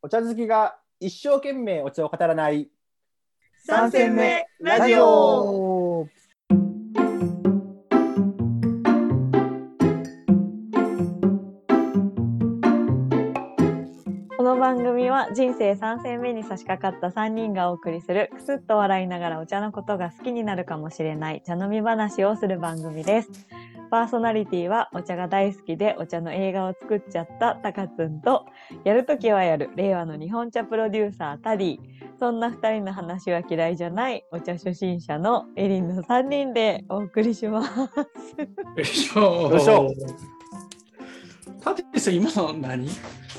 お茶好きが一生懸命お茶を語らない 3戦目ラジオ。この番組は人生3戦目に差し掛かった3人がお送りするくすっと笑いながらお茶のことが好きになるかもしれない茶飲み話をする番組です。パーソナリティはお茶が大好きでお茶の映画を作っちゃったたかつんと、やるときはやる令和の日本茶プロデューサータディ、そんな2人の話は嫌いじゃないお茶初心者のエリンの3人でお送りします。 よいしょ。 よいしょ。 タティさん今の何？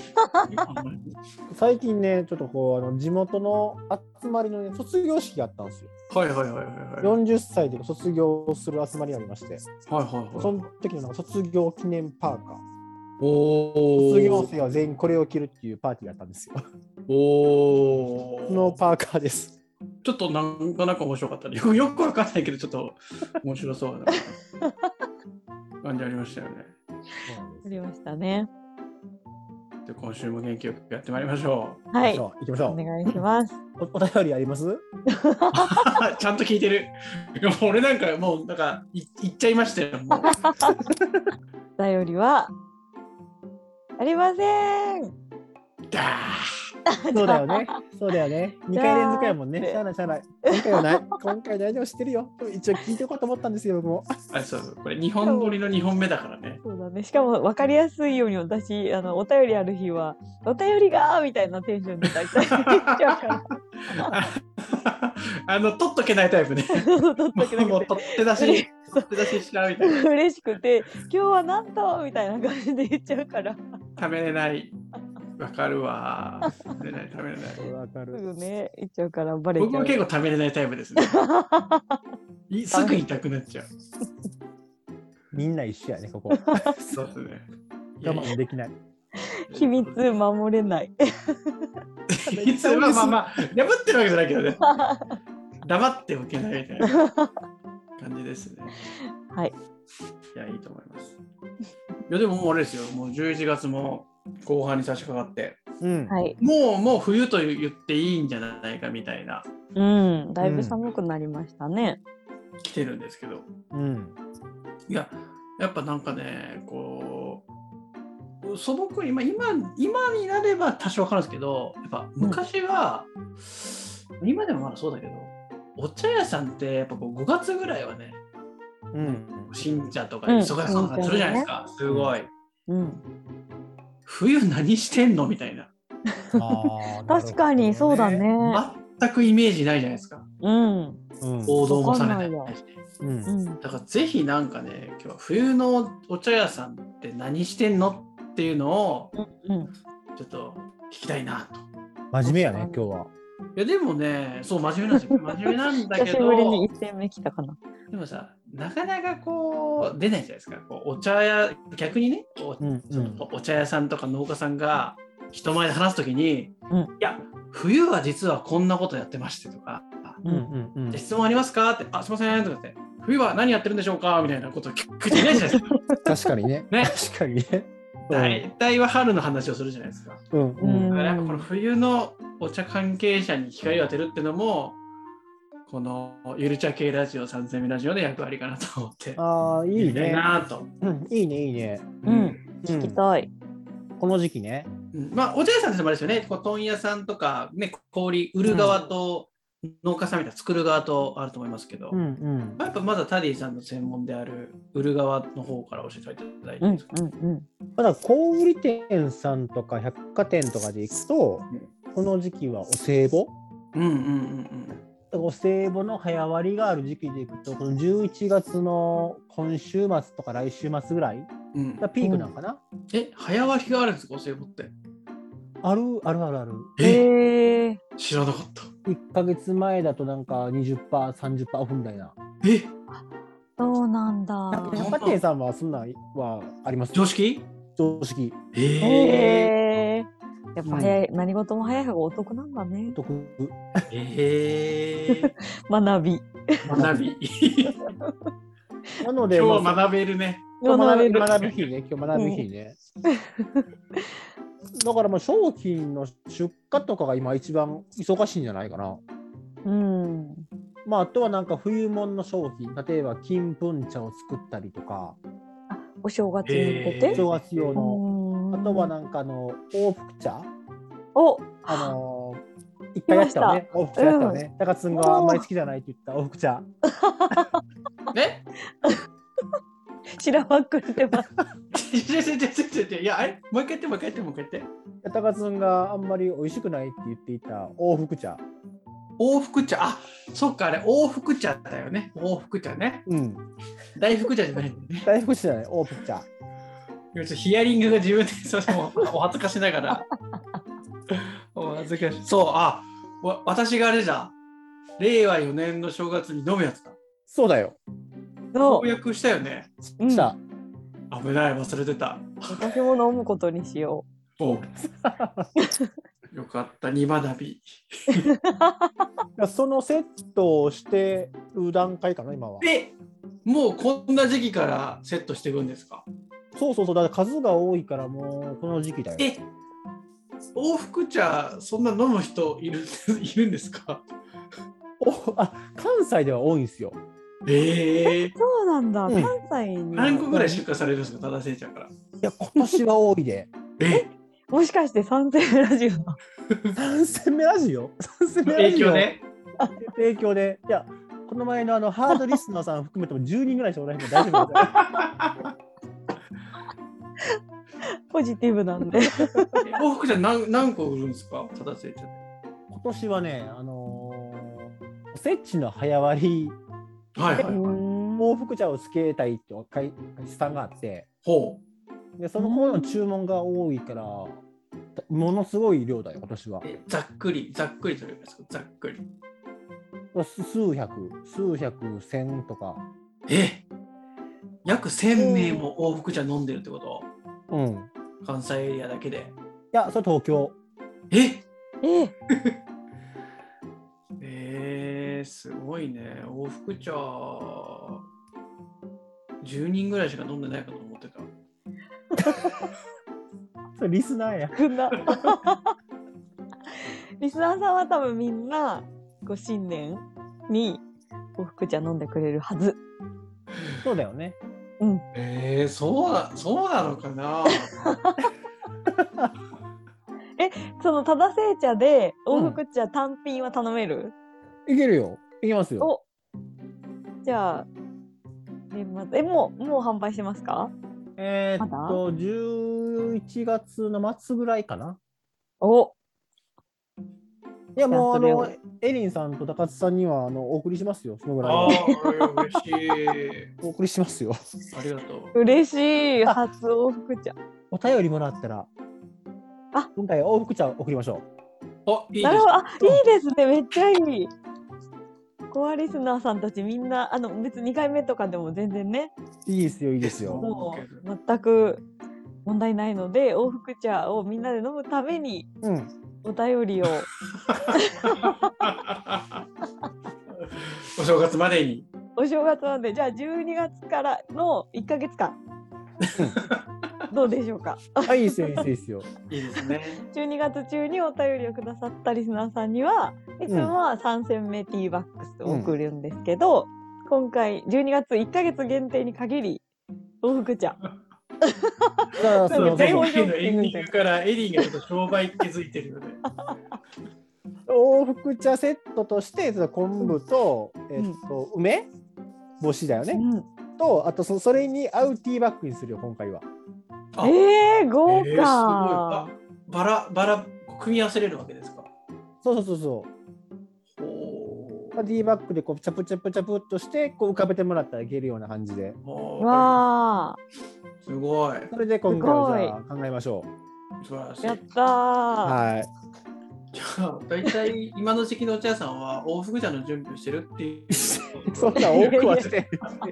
最近ね、ちょっとこう地元の集まりの、ね、卒業式があったんですよ。 はいはいはいはい。 40歳で卒業する集まりがありまして、 はいはいはい。 その時のなんか卒業記念パーカー。 おお。 卒業生は全員これを着るっていうパーティーがあったんですよ。 おお。 そのパーカーです。 ちょっとなんか面白かったね。よくわかんないけどちょっと面白そうだな感じありましたよね。 ありましたね。 で今週も元気よくやってまいりましょう。はい。 行きましょう。 お願いします。 お便りあります？ ちゃんと聞いてる。俺なんかもうなんか言っちゃいましたよ。もうお便りはありません。 だそうだよね。そうだよね。2回連続やもんね。しゃあないしゃあない。今回はない。今回大丈夫知ってるよ。一応聞いておこうと思ったんですよ、僕も。 そうこれ2本撮りの2本目だからね。 そうだね。しかも分かりやすいように私お便りある日はお便りがーみたいなテンションで大体言っちゃうから。 取っとけないタイプね。もう取って出ししちゃうみたいな。 嬉しくて今日はなんとみたいな感じで言っちゃうから。 ためれない。わかるわ。ためれない。 わかる。 すぐね言っちゃうからバレちゃう。 僕も結構ためれないタイプですね。すぐ痛くなっちゃう。 みんな一緒やね、ここ。 そうですね。 我慢できない。 秘密守れない。 秘密まあ破ってるわけじゃないけどね。黙っておけないみたいな感じですね。 はい。 いやいいと思います。いやでももうあれですよ。もう11月も後半に差し掛かって、 はい、 もう冬と言っていいんじゃないかみたいな。 だいぶ寒くなりましたね。 来てるんですけど。いややっぱなんかねこう素朴に、今になれば多少わかるんですけど、やっぱ昔は、今でもまだそうだけどお茶屋さんってやっぱこう5月ぐらいはね、新茶とか忙しそうな感じするじゃないですか、すごい、冬何してんのみたいな。 確かにそうだね。 全くイメージないじゃないですか。王道もされないし、だからぜひなんかね今日は冬のお茶屋さんって何してんのっていうのをちょっと聞きたいなと。 真面目やね今日は。 いやでもねそう真面目なんですよ。真面目なんだけど久しぶりに1戦目来たかな。 でもさなかなかこう出ないじゃないですか。こうお茶屋逆にねお茶屋さんとか農家さんが人前で話すときに、いや冬は実はこんなことやってましてとか、質問ありますかって、すいませんとかって、冬は何やってるんでしょうかみたいなことを聞く人いないじゃないですか。 確かにね。確かにね。 大体は春の話をするじゃないですか。だからやっぱこの冬のお茶関係者に光を当てるっていうのもこのゆる茶系ラジオ3戦目ラジオの役割かなと思って。いいね。 いいねいいね。 聞きたい。 この時期ね。 お茶屋さんってもあれですよね。問屋さんとかね氷売る側と農家さんみたいな作る側とあると思いますけど、やっぱまだタディさんの専門である売る側の方から教えていただいていいですか？ まだ小売店さんとか百貨店とかで行くと、この時期はお歳暮、お歳暮の早割りがある時期で行くと、この11月の今週末とか来週末ぐらいがピークなんかな。 早割りがあるんですかお歳暮って？ ある。 知らなかった。 1ヶ月前だとなんか 20%、30% オフみたいな。 そうなんだ。 百貨店さんはそんなはあります？ 常識。 やっぱ早い、何事も早い方がお得なんだね。 お得。 学び。 なので今日学べるね。 学ぶ日ね。 だからまあ商品の出荷とかが今一番忙しいんじゃないかな。 うん。 まあ、あとはなんか冬物の商品、例えば金粉茶を作ったりとか、 お正月に向けて、 正月用の、あとはなんか往復茶、一回やったよね、往復茶やったよね。高津さんがあんまり好きじゃないって言った往復茶。 知らばっくれてます。 いや、あれもう一回やって。 高津さんがあんまり美味しくないって言っていた往復茶。 往復茶、あ、そっか、あれ往復茶だよね。往復茶ね。 うん。 大福茶じゃないんだよね。 大福茶じゃない、往復茶。 ヒアリングが自分でお恥ずかしながら。お恥ずかしい。そう、私があれだ。令和4年の正月に飲むやつだ。 そうだよ。 公約したよね。 した。 危ない、忘れてた。 私も飲むことにしよう。 よかった、2学び。 そのセットをしてる段階かな、今は。 もうこんな時期からセットしていくんですか？ そう、だから数が多いからもうこの時期だよ。 往復茶、そんな飲む人いるんですか？ 関西では多いんですよ。 そうなんだ、関西に。 何個ぐらい出荷されるんですか、多田製茶から。いや、今年は多いで。 もしかして3戦目ラジオの 3戦目ラジオ影響で。いや、この前のハードリスナーさん含めても10人ぐらいしかおらへんから大丈夫だポジティブなんで。 往復茶何個売るんですか、多田製茶で。 今年はね、おせちの早割りで往復茶をつけたいって試算があって、でその方の注文が多いからものすごい量だよ今年は。 ざっくりというか、ざっくり数百千とか。 約1000名も往復茶飲んでるってこと？ うん。 関西エリアだけで。いや、それ東京。 すごいね。往復茶10人ぐらいしか飲んでないかと思ってた。 それリスナーや。 リスナーさんは多分みんな新年に往復茶飲んでくれるはず。 そうだよね。 そうなのかな。 その多田製茶で往復茶単品は頼める？ いけるよ。いけますよ。 じゃあ年末もう販売してますか ？11月の末ぐらいかな。いやもうエリンさんと高津さんにはお送りしますよ。そのぐらいは。 嬉しい。 お送りしますよ。 ありがとう。 嬉しい。初往復茶。 お便りもらったら今回往復茶送りましょう。いいです。いいですね。めっちゃいい。コアリスナーさんたちみんな別に2回目とかでも全然ね。 いいですよ。 もう全く問題ないので往復茶をみんなで飲むためにお便りをお正月までに。 じゃあ12月からの1ヶ月間どうでしょうか。 いいですよ。いいですね。 12月中にお便りをくださったリスナーさんにはいつもは3戦目ティーバックスを送るんですけど、今回12月1ヶ月限定に限り往復茶。 その前回のエンディングからエリーがちょっと商売気づいてるよね。 往復茶セットとして昆布と、梅干しだよね、とあとそれに合うティーバッグにするよ今回は。 豪華。 すごい。バラ組み合わせれるわけですか？ そう。ティーバッグでチャプチャプっとして浮かべてもらったらいけるような感じで。 わー。 すごい。 それで今回はじゃあ考えましょう。素晴らしい。 やったー。 じゃあ大体今の時期のお茶屋さんは往復茶の準備をしてるっていう。 そんな多くはしてる。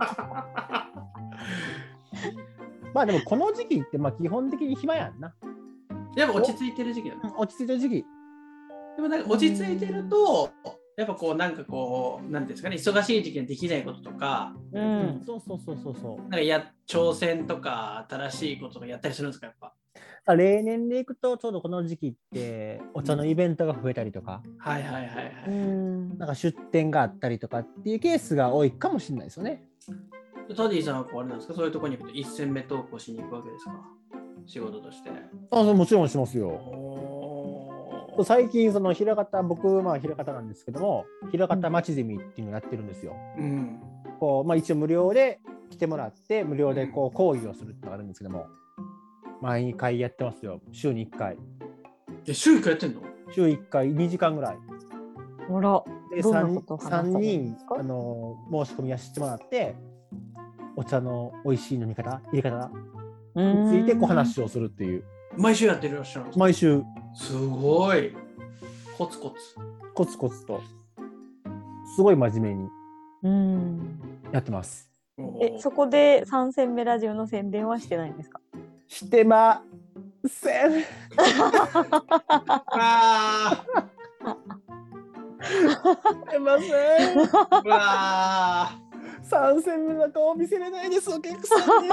まあでもこの時期って基本的に暇やんな。 やっぱ落ち着いてる時期だね。 落ち着いてる時期。 でもなんか落ち着いてるとやっぱこうなんかこうなんですかね、忙しい時期にできないこととか、 そう。 なんか挑戦とか新しいこととかやったりするんですか、やっぱ。 例年でいくとちょうどこの時期ってお茶のイベントが増えたりとか、なんか出店があったりとかっていうケースが多いかもしれないですよね。 タディさんはこうあれなんですか、そういうところに行くと一戦目投稿しに行くわけですか、仕事として。 もちろんしますよ。最近その枚方、僕枚方なんですけども、枚方まちゼミっていうのをやってるんですよ。こう一応無料で来てもらって無料でこう講義をするってのがあるんですけども、毎回やってますよ。週に1回。 週1回やってんの？ 週1回2時間ぐらい。 あら、 で3人申し込みやしてもらって、お茶の美味しい飲み方、入れ方についてこう話をするっていう。 毎週やってるらっしゃるんですか？ 毎週。 すごい。コツコツと。すごい真面目にやってます。 そこで3戦目ラジオの宣伝はしてないんですか？ してません。してません。3戦目の顔見せれないです、お客さんに。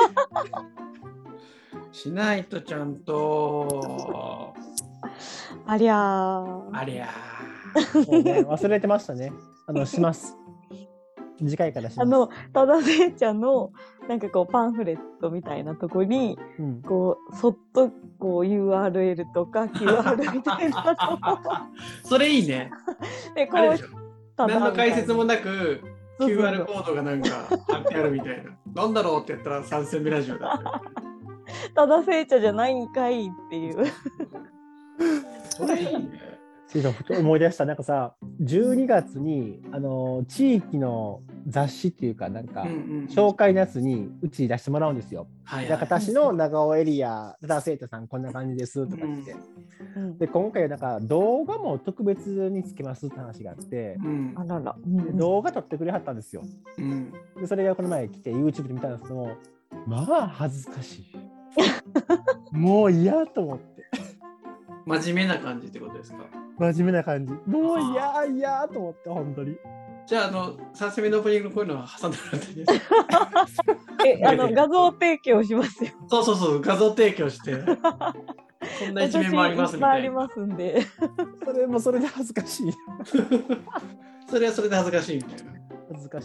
しないとちゃんと。 ありゃー。 忘れてましたね。します。次回からします。 ただせいちゃんのなんかこうパンフレットみたいなとこに、こうそっとこう URL とか QR みたいなそれいいね。 でこう何の解説もなく QR コードがなんか貼ってあるみたいな。なんだろうってやったら3戦目ラジオだった。 ただせいちゃんじゃないんかいっていう。 それいいね。 思い出した。なんかさ、12月に地域の雑誌っていうかなんか紹介のやつにうち出してもらうんですよ。中田市の長尾エリア、ただせいちゃんさんこんな感じですとか言って、で今回はなんか動画も特別につけますって話があって、動画撮ってくれはったんですよ。でそれがこの前来て YouTube で見たんですけども、まあ恥ずかしい。もう嫌と思って。 真面目な感じってことですか？ 真面目な感じ。もう嫌と思って、本当に。 じゃあ3戦目のオープニングのこういうのは挟んでもらっていいですか？ 画像提供しますよ。 そう画像提供してこんな一面もありますみたいな。 ありますんで。 それで恥ずかしい。 それはそれで恥ずかしいみたいな。 恥ずかしい。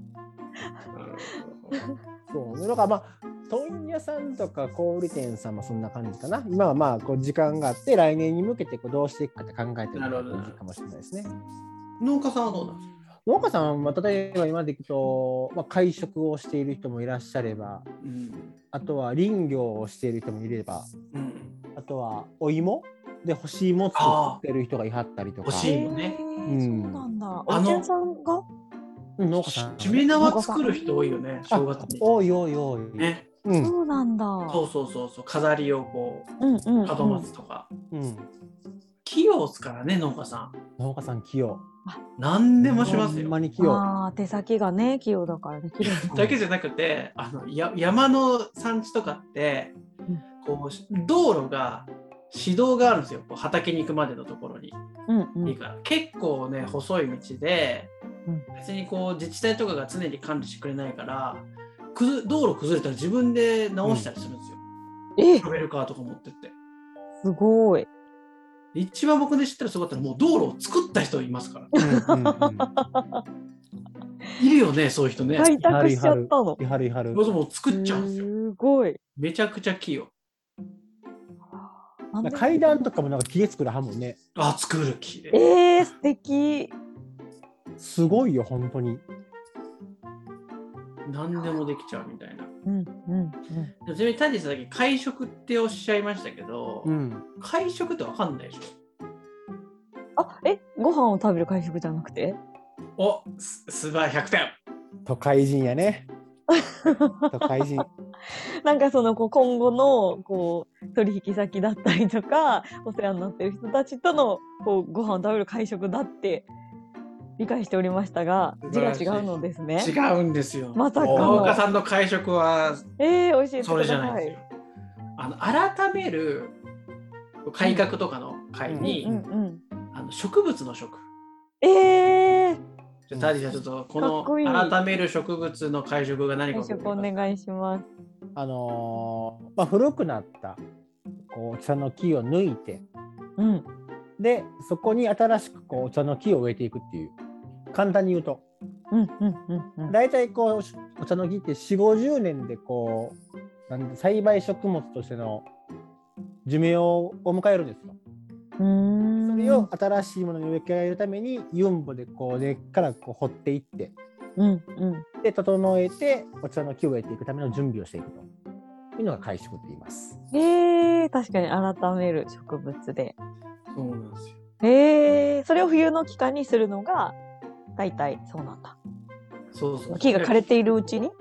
そうだから問屋さんとか小売店さんもそんな感じかな。今はこう時間があって来年に向けてこうどうしていくかって考えてるかもしれないですね。 農家さんはどうなんですか？ 農家さんは例えば今でいくと、会食をしている人もいらっしゃれば、あとは林業をしている人もいれば、あとはお芋で干し芋を作ってる人がいはったりとか。 干し芋ね。 そうなんだ。お茶さんが農家さん。 しめ縄作る人多いよね。正月に。 多い。 ね。 そうなんだ。 そう飾りをこう門松とか。器用ですからね、農家さん器用。何でもしますよ。 手先がね器用だからできる。 だけじゃなくて山の産地とかってこう道路が市道があるんですよ。こう畑に行くまでのところに。いいから結構ね細い道で、別にこう自治体とかが常に管理してくれないから道路崩れたら自分で直したりするんですよ。ショベルカーとか持ってって。 すごい。 一番僕で知ったらすごかったらもう道路を作った人いますから。いるよね、そういう人ね。 開拓しちゃったの。 もう作っちゃうんですよ。 すごい。 めちゃくちゃ器用。 階段とかもなんか木で作るはもんね。 作る木で。 素敵。 すごいよ本当に。 何でもできちゃうみたいな。ちなみにタジさんだけ会食っておっしゃいましたけど、会食って分かんないでしょ？ ご飯を食べる会食じゃなくて？ スバ100点。 都会人やね。都会人。 なんかその今後の取引先だったりとかお世話になってる人たちとのご飯を食べる会食だって理解しておりましたが、字が違うのですね。 違うんですよ。 まさか農家さんの会食は美味しい。 それじゃないんですよ。改める改革とかの会に、植物の食。 じゃあタディさん、ちょっとこの改める植物の会食が何かお願いします。 古くなったこうお茶の木を抜いて、 うん、 でそこに新しくこうお茶の木を植えていくっていう、簡単に言うと、大体こうお茶の木って4、50年でこう栽培食物としての寿命を迎えるんですよ。それを新しいものに植え替えるためにユンボでこう根っからこう掘っていって、で整えてお茶の木を植えていくための準備をしていくというのが会食って言います。 確かに改める植物で。 そうなんですよ。 それを冬の期間にするのが大体そうなんだ。 そう木が枯れているうちに、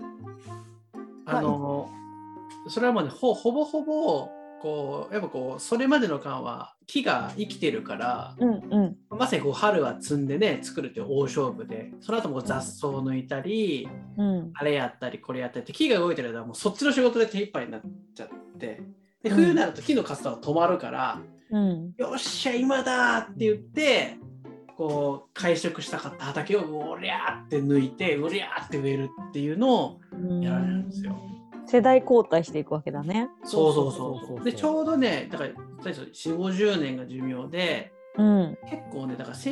それはもうね、ほぼほぼこうやっぱこうそれまでの間は木が生きてるから、まさにこう春は摘んでね作るっていう大勝負で、その後も雑草を抜いたり、あれやったりこれやったりって木が動いてる間はもうそっちの仕事で手一杯になっちゃって、で冬になると木の活動が止まるから、よっしゃ今だって言ってこう会食したかった畑をうりゃーって抜いてうりゃーって植えるっていうのをやられるんですよ。 世代交代していくわけだね。 そうでちょうどねだから4、50年が寿命で、結構ねだから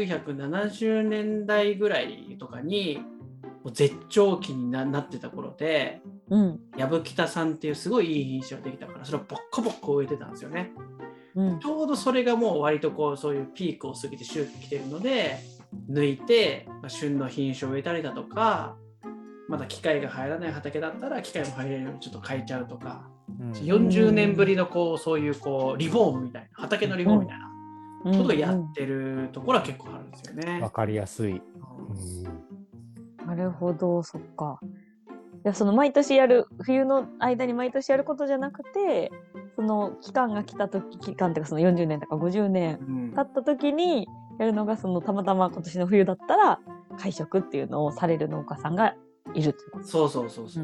1970年代ぐらいとかにもう絶頂期に なってた頃で、やぶきたさんっていうすごいいい品種ができたからそれをボッコボッコ植えてたんですよね。ちょうどそれがもう割とこうそういうピークを過ぎて周期来てるので抜いて、旬の品種を植えたりだとか、まだ機械が入らない畑だったら機械も入れるようにちょっと変えちゃうとか、40年ぶりのこうそういうこうリフォームみたいな畑のリフォームみたいなことをやってるところは結構あるんですよね。 わかりやすい。 なるほど、そっか。いや、その毎年やる冬の間に毎年やることじゃなくて、その期間が来た時、期間っていうかその40年とか50年経った時にやるのがそのたまたま今年の冬だったら会食っていうのをされる農家さんがいるってこと。 そう、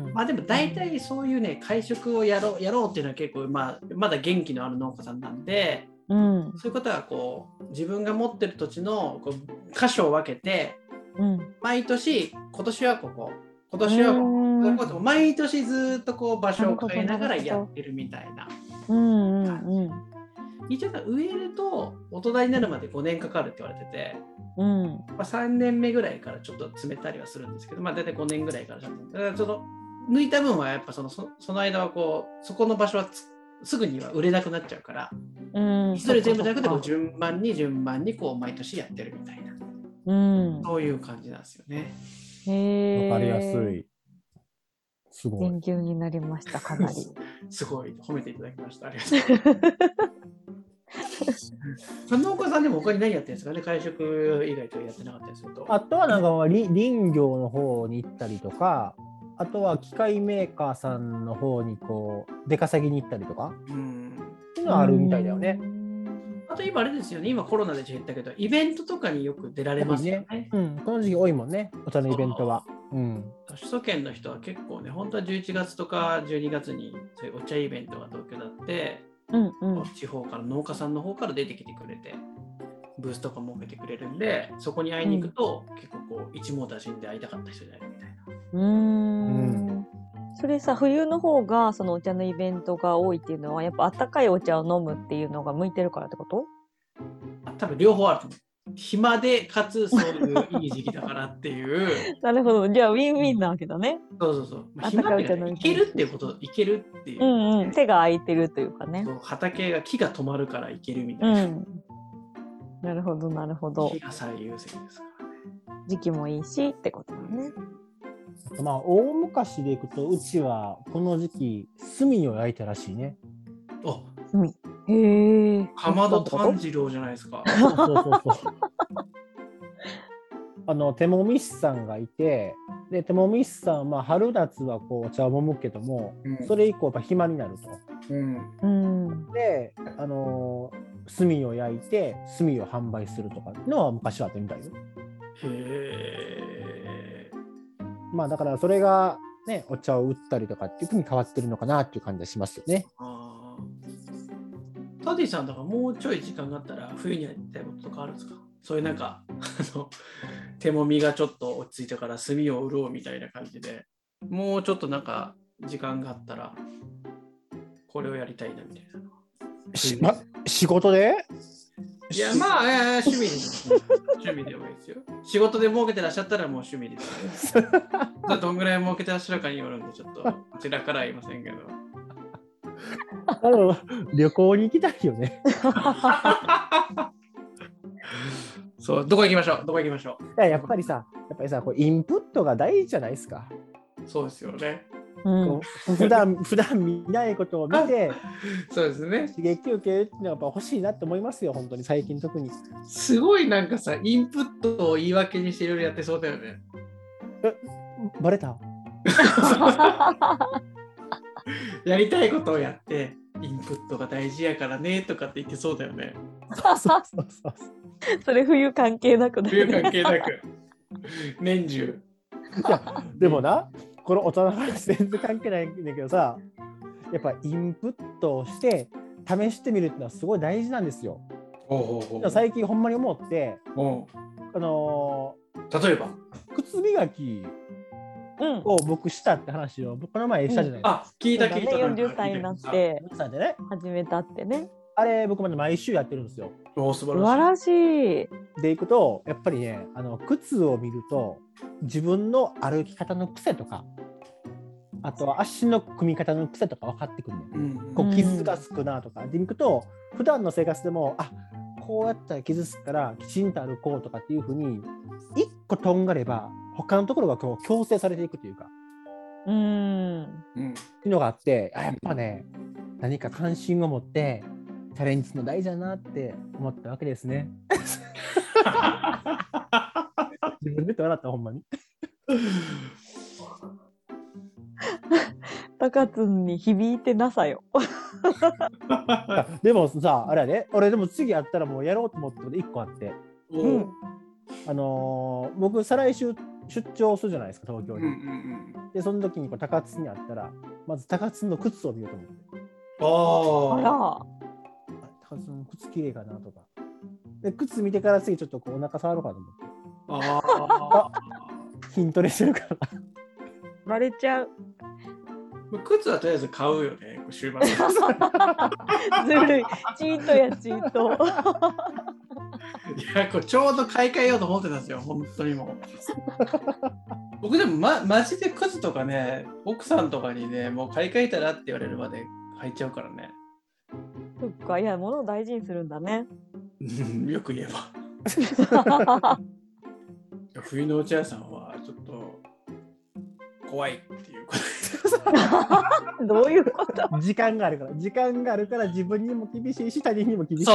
まあでも大体そういうね会食をやろうっていうのは結構、まだ元気のある農家さんなんで、そういう方はこう自分が持ってる土地のこう箇所を分けて、毎年今年はここ今年はここ毎年ずっとこう場所を変えながらやってるみたいな感じ。一応植えると大人になるまで5年かかるって言われてて、3年目ぐらいからちょっと詰めたりはするんですけど、大体5年ぐらいからだからその抜いた分はやっぱその間はこうそこの場所はすぐには売れなくなっちゃうから、それ全部じゃなくてこう順番にこう毎年やってるみたいな、そういう感じなんですよね。 わかりやすい。すごい。 勉強になりました、かなり。 すごい褒めていただきました。ありがとうございます。農家さんでも他に何やってるんですかね、会食以外とやってなかったりすると。 あとはなんか林業の方に行ったりとか、あとは機械メーカーさんの方にこう出稼ぎに行ったりとか、っていうのはあるみたいだよね。 あと今あれですよね、今コロナで減ったけどイベントとかによく出られますよね。 この時期多いもんね、お茶のイベントは。 首都圏の人は結構ね、本当は11月とか12月にそういうお茶イベントが東京だって、地方から農家さんの方から出てきてくれてブースとか設けてくれるんで、そこに会いに行くと、結構こう一網打尽で会いたかった人に会えるみたいな。 それさ、冬の方がそのお茶のイベントが多いっていうのはやっぱあったかいお茶を飲むっていうのが向いてるからってこと？ 多分両方あると思う。暇でかつそういういい時期だからっていうなるほど、じゃあウィンウィンなわけだね。 そう暇っていけるっていうこといけるっていう、 手が空いてるというかね。 畑が木が止まるからいけるみたいな、 なるほどなるほど。 木が最優先ですからね。 時期もいいしってことだね。 大昔でいくとうちはこの時期炭を焼いたらしいね。 炭。へえ。 かまど炭治郎じゃないですか。 手もみしさんがいて、で手もみしさんは春夏はこうお茶をもむけども、それ以降やっぱ暇になると。で炭を焼いて炭を販売するとかっていうのは昔はあったみたいよ。だからそれがねお茶を売ったりとかっていうふうに変わってるのかなっていう感じがしますよね。 タディさんとかもうちょい時間があったら冬にやりたいこととかあるんですか？そういうなんか手もみがちょっと落ち着いてから炭を売ろうみたいな感じで、もうちょっとなんか時間があったらこれをやりたいなみたいな。 仕事で？ いやまあ趣味です。趣味でもいいですよ。仕事で儲けてらっしゃったらもう趣味ですよ。どんぐらい儲けてらっしゃるかによるんでちょっとこちらからは言いませんけど。 旅行に行きたいよね。 そうどこ行きましょう。どこ行きましょう。やっぱりさこうインプットが大事じゃないですか。 そうですよね。 普段見ないことを見てそうですね。 刺激を受けるっていうのはやっぱ欲しいなって思いますよ。本当に最近特に。 すごいなんかさインプットを言い訳にしていろいろやってそうだよね。 バレた？ やりたいことをやってインプットが大事やからねとかって言ってそうだよね。 そうそれ冬関係なくなる、 冬関係なく年中。 いやでもなこの大人の話全然関係ないんだけどさ、やっぱインプットをして試してみるっていうのはすごい大事なんですよ。最近ほんまに思って、 例えば靴磨きを僕したって話をこの前したじゃないですか。 聞いた。 40歳になって始めたってね。 あれ僕まだ毎週やってるんですよ。 素晴らしい。 でいくとやっぱりね靴を見ると自分の歩き方の癖とかあとは足の組み方の癖とか分かってくるね、こう傷がつくなとかでいくと普段の生活でもこうやったら傷つくからきちんと歩こうとかっていうふうに一個とんがれば他のところがこう矯正されていくというかっていうのがあってやっぱね何か関心を持ってチャレンジするの大事だなって思ったわけですね。自分で言って笑ったほんまに。 タカツンに響いてなさよ。 でもさあれやね、俺でも次やったらもうやろうと思ったこと1個あって、僕再来週出張するじゃないですか東京に、でその時に高津にあったらまず高津の靴を見ようと思って。高津の靴綺麗かなとかで靴見てから次ちょっとこうお腹触ろうかと思って。筋トレしてるからバレちゃう。 靴はとりあえず買うよね終盤。ずるい。チートやチート。 いやこれちょうど買い替えようと思ってたんですよ本当にもう。僕でもマジで靴とかね奥さんとかにねもう買い替えたらって言われるまで履いちゃうからね。 そっか、いや物を大事にするんだね。 よく言えば。冬のお茶屋さんはちょっと怖いっていうこと。 どういうこと？ 時間があるから自分にも厳しいし他人にも厳しい。 そう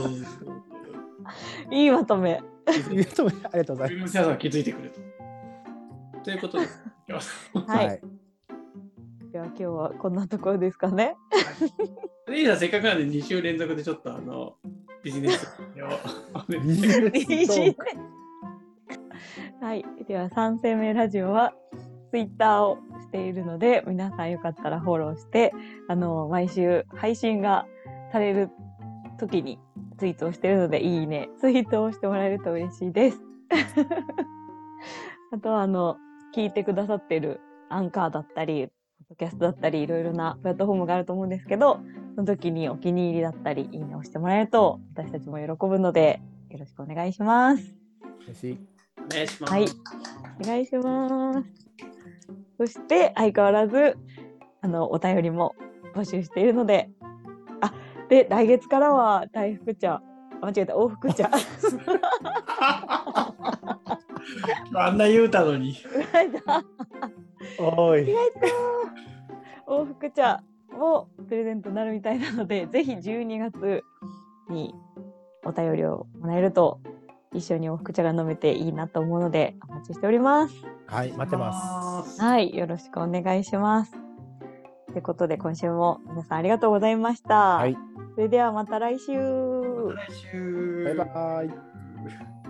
いいまとめ。 ありがとうございます。 冬のお茶屋さん気づいてくれということです。 はい。では今日はこんなところですかね。 リーダーせっかくなんで2週連続でちょっとビジネスをビジネスはい。では3戦目ラジオはツイッターをしているので皆さんよかったらフォローして毎週配信がされる時にツイートをしているのでいいねツイートをしてもらえると嬉しいです。あとは聞いてくださっているアンカーだったりポッドキャストだったりいろいろなプラットフォームがあると思うんですけどその時にお気に入りだったりいいねをしてもらえると私たちも喜ぶのでよろしくお願いします。 お願いします。 はい、お願いします。そして相変わらずお便りも募集しているので、で来月からは大福茶、間違えた往復茶。 あんな言うたのに。 おい。 往復茶もプレゼントになるみたいなので、ぜひ12月にお便りをもらえると一緒に往復茶が飲めていいなと思うのでお待ちしております。 はい、待ってます。 はい、よろしくお願いします。ということで今週も皆さんありがとうございました。 はい。 それではまた来週。 また来週。 バイバイ。